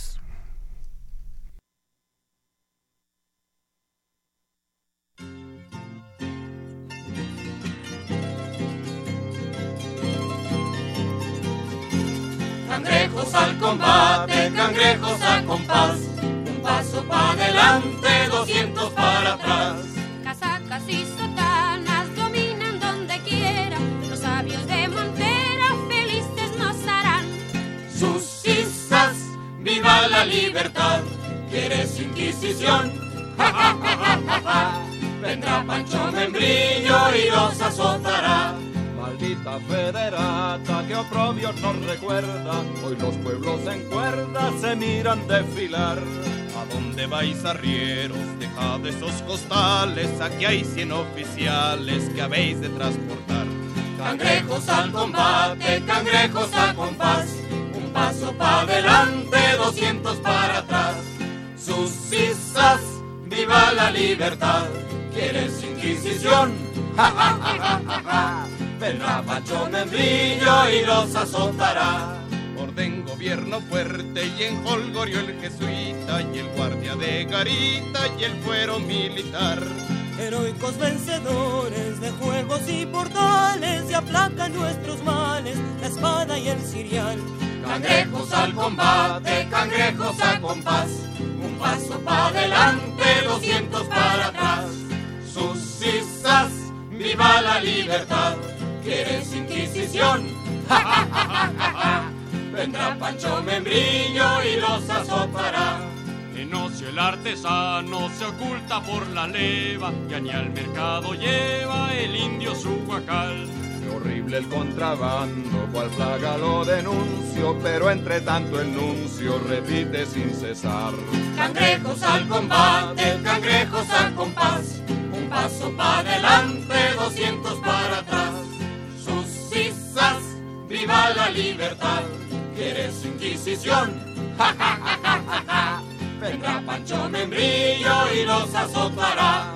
Speaker 7: Cangrejos al combate, cangrejos a compás, un paso para adelante, 200 para atrás.
Speaker 8: Casacas y sotanas dominan donde quiera, los sabios de Montera felices nos harán.
Speaker 7: Sus cisas, viva la libertad, ¿quieres Inquisición? ¡Ja, ja, ja, ja, ja, ja! Vendrá Pancho Membrillo y los azotará.
Speaker 9: Maldita federata que oprobio nos recuerda, hoy los pueblos en cuerda se miran desfilar. ¿A dónde vais, arrieros? Dejad esos costales, aquí hay 100 oficiales que habéis de transportar.
Speaker 7: Cangrejos al combate, cangrejos a compás, un paso para adelante, 200 para atrás. Sus cisas, viva la libertad, ¿quieres Inquisición? ¡Ja, ja, ja, ja, ja, ja! Vendrá Pancho Membrillo y los azotará.
Speaker 9: Orden, gobierno fuerte y en Holgorio el jesuita y el guardia de garita y el fuero militar.
Speaker 10: Heroicos vencedores de juegos y portales, y aplacan nuestros males la espada y el cirial.
Speaker 7: Cangrejos al combate, cangrejos a compás, un paso para adelante, 200 para atrás. Sus cisas, viva la libertad, ¿quieres Inquisición? ¡Ja, ja, ja, ja, ja, ja! Vendrá Pancho Membrillo y los azotará.
Speaker 9: En ocio el artesano se oculta por la leva, ya ni al mercado lleva el indio su guacal. Qué horrible el contrabando, cual plaga lo denuncio, pero entre tanto el nuncio repite sin cesar.
Speaker 7: Cangrejos al combate, cangrejos a compás, un paso para adelante, 200 para atrás. Sus cisas, viva la libertad, ¿quieres Inquisición? ¡Ja, ja, ja, ja, ja, ja! Vendrá Pancho Membrillo y los azotará.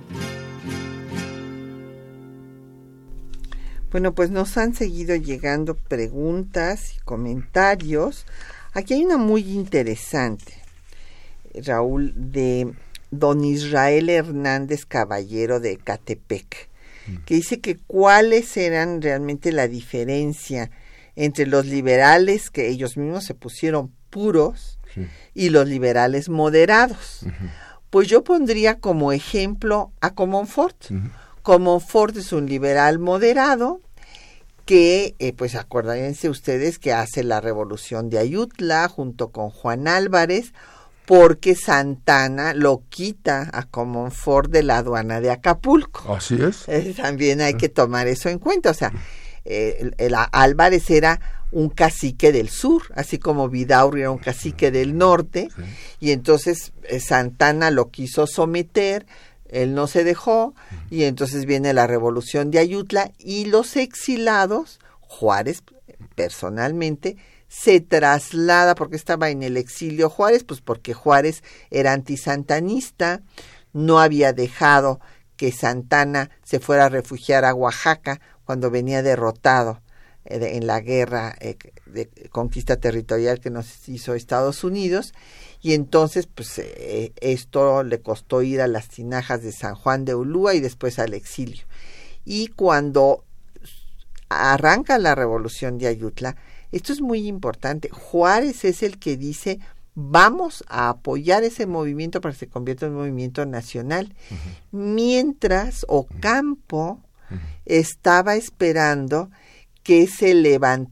Speaker 3: Bueno, pues nos han seguido llegando preguntas y comentarios. Aquí hay una muy interesante, Raúl, de don Israel Hernández Caballero de Ecatepec, que dice que cuáles eran realmente la diferencia entre los liberales, que ellos mismos se pusieron puros, y los liberales moderados. Pues yo pondría como ejemplo a Comonfort. Comonfort es un liberal moderado que, pues acuérdense ustedes que hace la revolución de Ayutla junto con Juan Álvarez, porque Santana lo quita a Comonfort de la aduana de Acapulco.
Speaker 4: Así es.
Speaker 3: También hay que tomar eso en cuenta. O sea, Álvarez era un cacique del sur, así como Vidaurri era un cacique del norte, y entonces Santana lo quiso someter, él no se dejó, y entonces viene la revolución de Ayutla, y los exilados, Juárez personalmente, se traslada, porque estaba en el exilio Juárez, pues porque Juárez era antisantanista, no había dejado que Santana se fuera a refugiar a Oaxaca cuando venía derrotado en la guerra de conquista territorial que nos hizo Estados Unidos, y entonces pues esto le costó ir a las tinajas de San Juan de Ulúa y después al exilio. Y cuando arranca la revolución de Ayutla, esto es muy importante, Juárez es el que dice: vamos a apoyar ese movimiento para que se convierta en un movimiento nacional, mientras Ocampo estaba esperando que se levantara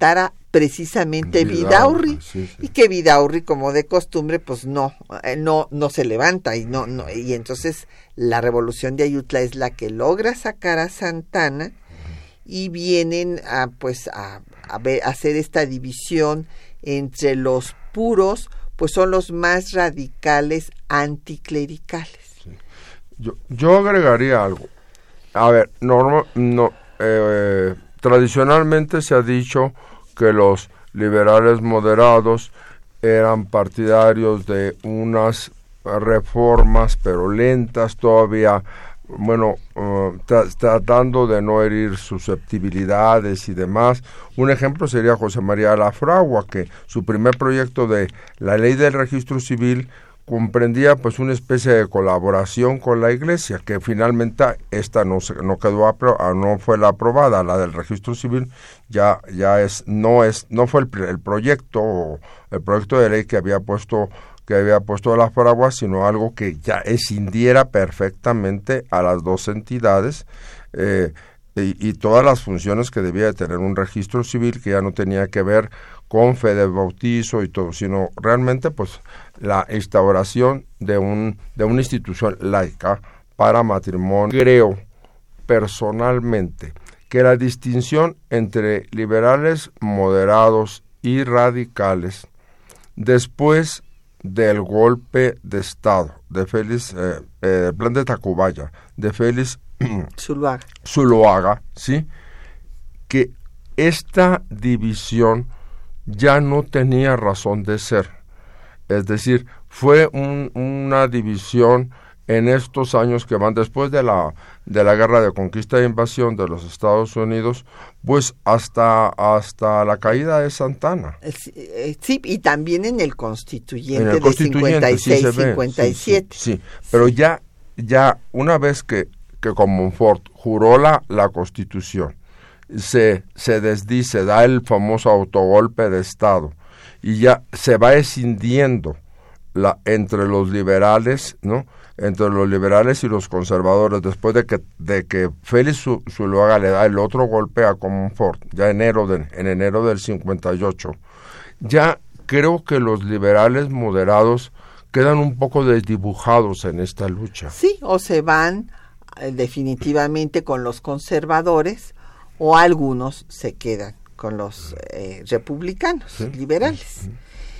Speaker 3: precisamente Vidaurri, y que Vidaurri, como de costumbre, pues no se levanta y y entonces la revolución de Ayutla es la que logra sacar a Santana y vienen a hacer esta división entre los puros, pues son los más radicales anticlericales.
Speaker 4: Sí. Yo agregaría algo. A ver, tradicionalmente se ha dicho que los liberales moderados eran partidarios de unas reformas, pero lentas todavía, tratando de no herir susceptibilidades y demás. Un ejemplo sería José María de la Fragua, que su primer proyecto de la ley del registro civil comprendía pues una especie de colaboración con la Iglesia, que finalmente esta no fue la aprobada. La del registro civil no fue el proyecto de ley que había puesto la Fragua, sino algo que ya escindiera perfectamente a las dos entidades y todas las funciones que debía de tener un registro civil, que ya no tenía que ver con fe de bautizo y todo, sino realmente pues la instauración de una institución laica para matrimonio. Creo personalmente que la distinción entre liberales moderados y radicales después del golpe de Estado de Félix, el plan de Tacubaya, de Félix Zuloaga, ¿sí? Que esta división ya no tenía razón de ser. Es decir, fue una división en estos años que van después de la guerra de conquista e invasión de los Estados Unidos, pues hasta la caída de Santana.
Speaker 3: Sí, y también en el constituyente de 56-57.
Speaker 4: Sí, pero ya una vez que Comonfort juró la Constitución, se desdice, da el famoso autogolpe de Estado, y ya se va escindiendo entre los liberales, ¿no? Entre los liberales y los conservadores, después de que Félix Zuloaga le da el otro golpe a Comonfort, ya en enero del 58, ya creo que los liberales moderados quedan un poco desdibujados en esta lucha.
Speaker 3: Sí, o se van definitivamente con los conservadores, o algunos se quedan con los republicanos, liberales.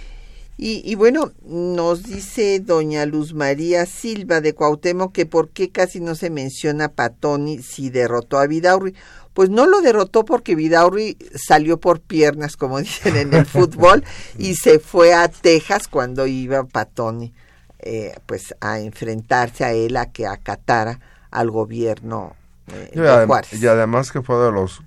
Speaker 3: Y bueno, nos dice doña Luz María Silva de Cuauhtémoc que por qué casi no se menciona Pattoni si derrotó a Vidaurri. Pues no lo derrotó porque Vidaurri salió por piernas, como dicen en el fútbol, y se fue a Texas cuando iba Pattoni pues a enfrentarse a él, a que acatara al gobierno de Juárez.
Speaker 4: Y además que fue de los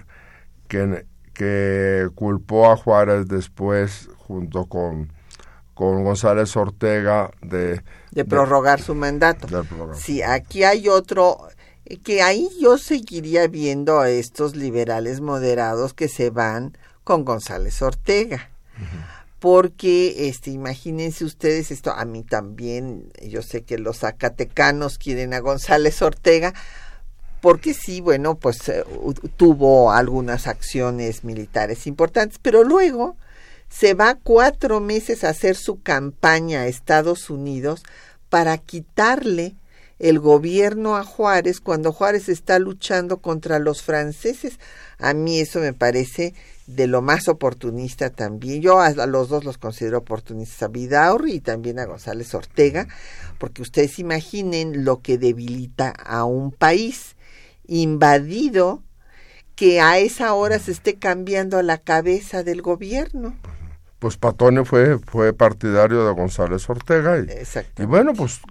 Speaker 4: que culpó a Juárez después, junto con González Ortega, de
Speaker 3: prorrogar su mandato. Sí, aquí hay otro, que ahí yo seguiría viendo a estos liberales moderados que se van con González Ortega. Porque imagínense ustedes esto, a mí también, yo sé que los zacatecanos quieren a González Ortega, porque sí, bueno, pues tuvo algunas acciones militares importantes, pero luego se va 4 meses a hacer su campaña a Estados Unidos para quitarle el gobierno a Juárez cuando Juárez está luchando contra los franceses. A mí eso me parece de lo más oportunista también. Yo a los dos los considero oportunistas, a Vidaurri y también a González Ortega, porque ustedes imaginen lo que debilita a un país invadido, que a esa hora se esté cambiando a la cabeza del gobierno.
Speaker 4: Pues Pattoni fue partidario de González Ortega y bueno, pues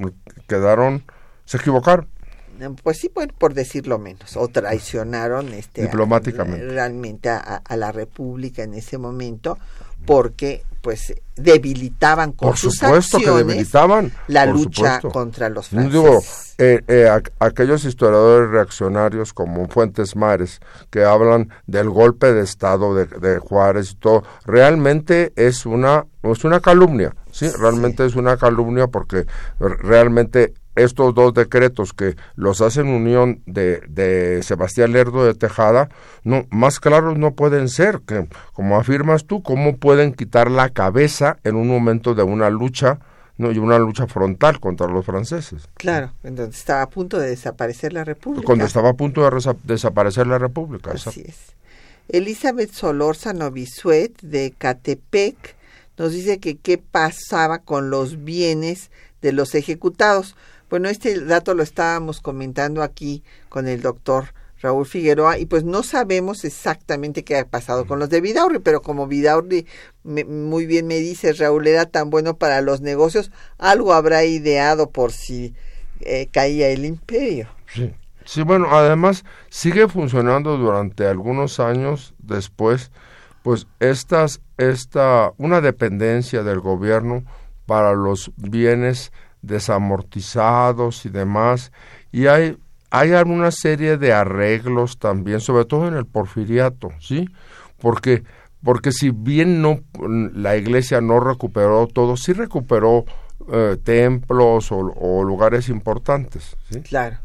Speaker 4: se equivocaron.
Speaker 3: Pues sí, bueno, por decirlo menos, o traicionaron
Speaker 4: diplomáticamente
Speaker 3: realmente a la República en ese momento, porque pues debilitaban con sus acciones la lucha contra los franceses.
Speaker 4: Aquellos historiadores reaccionarios como Fuentes Mares, que hablan del golpe de Estado de Juárez y todo, realmente es una calumnia, ¿sí? Realmente es una calumnia, porque realmente estos dos decretos que los hacen unión de Sebastián Lerdo de Tejada, no, más claros no pueden ser, que como afirmas tú, ¿cómo pueden quitar la cabeza en un momento de una lucha, no, y una lucha frontal contra los franceses?
Speaker 3: Claro, entonces estaba a punto de desaparecer la República.
Speaker 4: Cuando estaba a punto de desaparecer la República.
Speaker 3: Así es. Elizabeth Solórzano Bisuet de Catepec nos dice que qué pasaba con los bienes de los ejecutados. Bueno, este dato lo estábamos comentando aquí con el doctor Raúl Figueroa y pues no sabemos exactamente qué ha pasado con los de Vidaurri, pero como Vidaurri, muy bien me dice Raúl, era tan bueno para los negocios, algo habrá ideado por si caía el imperio.
Speaker 4: Sí. Sí, bueno, además sigue funcionando durante algunos años después, pues una dependencia del gobierno para los bienes desamortizados y demás, y hay alguna serie de arreglos también, sobre todo en el porfiriato, ¿sí? Porque si bien la Iglesia no recuperó todo, sí recuperó templos o lugares importantes, ¿sí?
Speaker 3: Claro.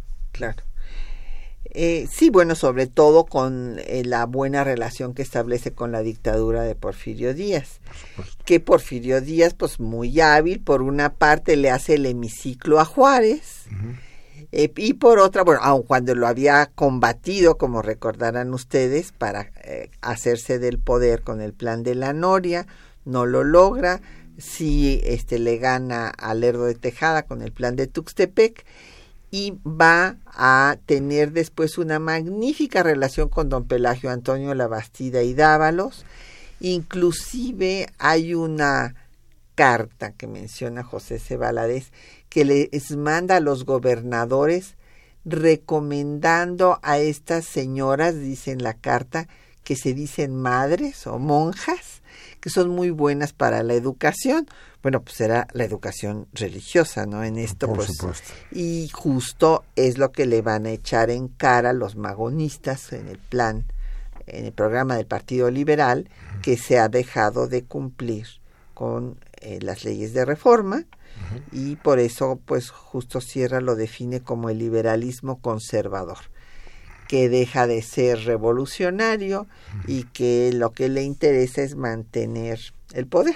Speaker 3: Sí, bueno, sobre todo con la buena relación que establece con la dictadura de Porfirio Díaz. Que Porfirio Díaz, pues muy hábil, por una parte le hace el hemiciclo a Juárez, y por otra, bueno, aun cuando lo había combatido, como recordarán ustedes, para hacerse del poder con el plan de la Noria, no lo logra, sí le gana a Lerdo de Tejada con el plan de Tuxtepec, y va a tener después una magnífica relación con don Pelagio Antonio Labastida y Dávalos. Inclusive hay una carta que menciona José C. Valadez que les manda a los gobernadores recomendando a estas señoras, dice en la carta, que se dicen madres o monjas, que son muy buenas para la educación. Bueno, pues era la educación religiosa, ¿no? En esto,
Speaker 4: por
Speaker 3: pues,
Speaker 4: supuesto.
Speaker 3: Y justo es lo que le van a echar en cara los magonistas en el programa del Partido Liberal, que se ha dejado de cumplir con las leyes de reforma, y por eso, pues, justo Sierra lo define como el liberalismo conservador, que deja de ser revolucionario y que lo que le interesa es mantener el poder.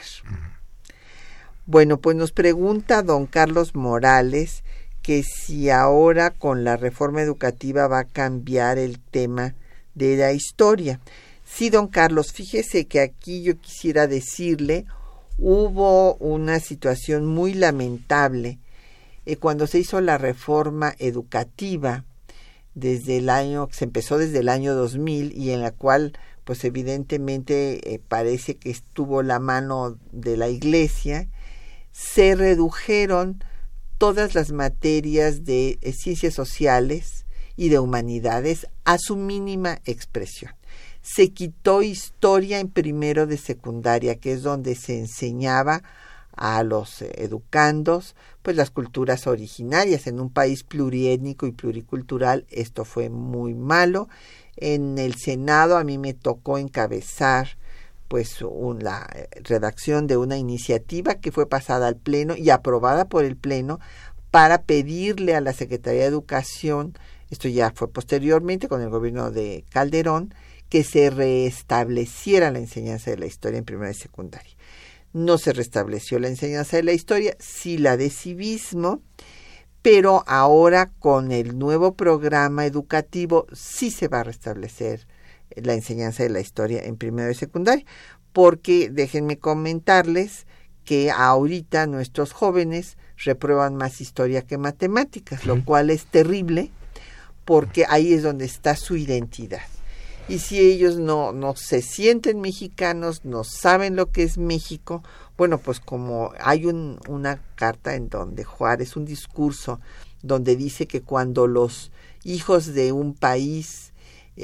Speaker 3: Bueno, pues nos pregunta don Carlos Morales que si ahora con la reforma educativa va a cambiar el tema de la historia. Sí, don Carlos, fíjese que aquí yo quisiera decirle, hubo una situación muy lamentable cuando se hizo la reforma educativa que se empezó desde el año 2000 y en la cual pues evidentemente parece que estuvo la mano de la Iglesia. Se redujeron todas las materias de ciencias sociales y de humanidades a su mínima expresión. Se quitó historia en primero de secundaria, que es donde se enseñaba a los educandos pues las culturas originarias. En un país pluriétnico y pluricultural esto fue muy malo. En el Senado a mí me tocó encabezar pues la redacción de una iniciativa que fue pasada al Pleno y aprobada por el Pleno para pedirle a la Secretaría de Educación, esto ya fue posteriormente con el gobierno de Calderón, que se restableciera la enseñanza de la historia en primera y secundaria. No se restableció la enseñanza de la historia, sí la de civismo, pero ahora con el nuevo programa educativo sí se va a restablecer la enseñanza de la historia en primero y secundaria, porque déjenme comentarles que ahorita nuestros jóvenes reprueban más historia que matemáticas, lo cual es terrible, porque ahí es donde está su identidad. Y si ellos no se sienten mexicanos, no saben lo que es México, bueno, pues como hay una carta en donde Juárez, un discurso donde dice que cuando los hijos de un país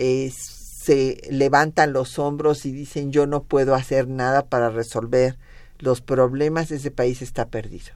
Speaker 3: se levantan los hombros y dicen yo no puedo hacer nada para resolver los problemas, ese país está perdido.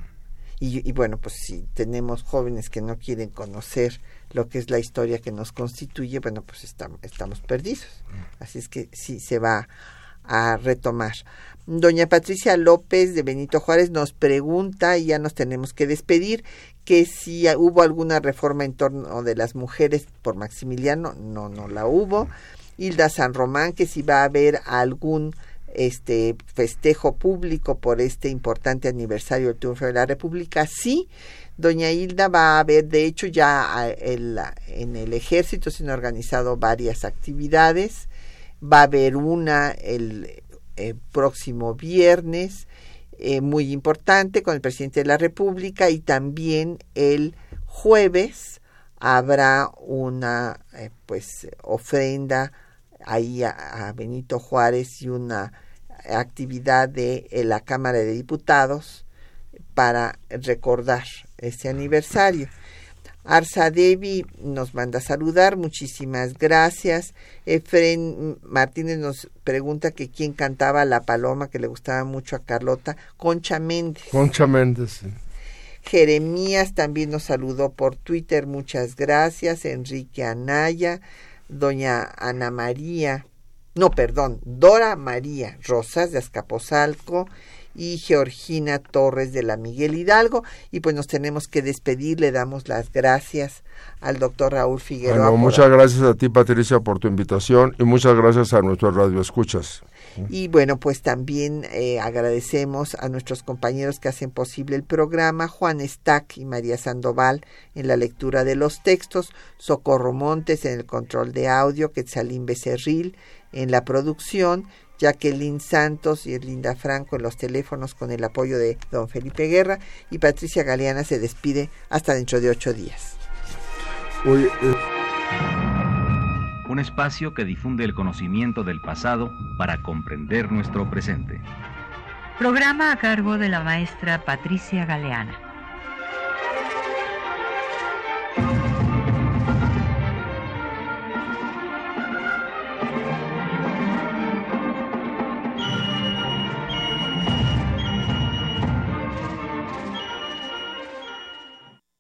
Speaker 3: Y bueno, pues si tenemos jóvenes que no quieren conocer lo que es la historia que nos constituye, bueno, pues estamos perdidos. Así es que sí se va a retomar. Doña Patricia López de Benito Juárez nos pregunta, y ya nos tenemos que despedir, que si hubo alguna reforma en torno de las mujeres por Maximiliano. No la hubo. Hilda San Román, que si va a haber algún festejo público por este importante aniversario del triunfo de la República. Sí, doña Hilda, va a haber, de hecho ya en el Ejército se han organizado varias actividades. Va a haber una el próximo viernes, muy importante, con el presidente de la República, y también el jueves habrá una ofrenda ahí a Benito Juárez y una actividad de la Cámara de Diputados para recordar ese aniversario. Arza Devi nos manda a saludar, muchísimas gracias. Efren Martínez nos pregunta que quién cantaba La Paloma, que le gustaba mucho a Carlota. Concha Méndez.
Speaker 4: Concha Méndez, sí.
Speaker 3: Jeremías también nos saludó por Twitter, muchas gracias. Enrique Anaya, doña Dora María Rosas de Azcapotzalco y Georgina Torres de la Miguel Hidalgo. Y pues nos tenemos que despedir, le damos las gracias al doctor Raúl Figueroa.
Speaker 4: Muchas gracias a ti, Patricia, por tu invitación, y muchas gracias a nuestros radioescuchas.
Speaker 3: Y bueno, pues también agradecemos a nuestros compañeros que hacen posible el programa, Juan Stack y María Sandoval en la lectura de los textos, Socorro Montes en el control de audio, Quetzalín Becerril en la producción, Jacqueline Santos y Erlinda Franco en los teléfonos con el apoyo de don Felipe Guerra, y Patricia Galeana se despide hasta dentro de 8 días.
Speaker 2: Un espacio que difunde el conocimiento del pasado para comprender nuestro presente.
Speaker 1: Programa a cargo de la maestra Patricia Galeana.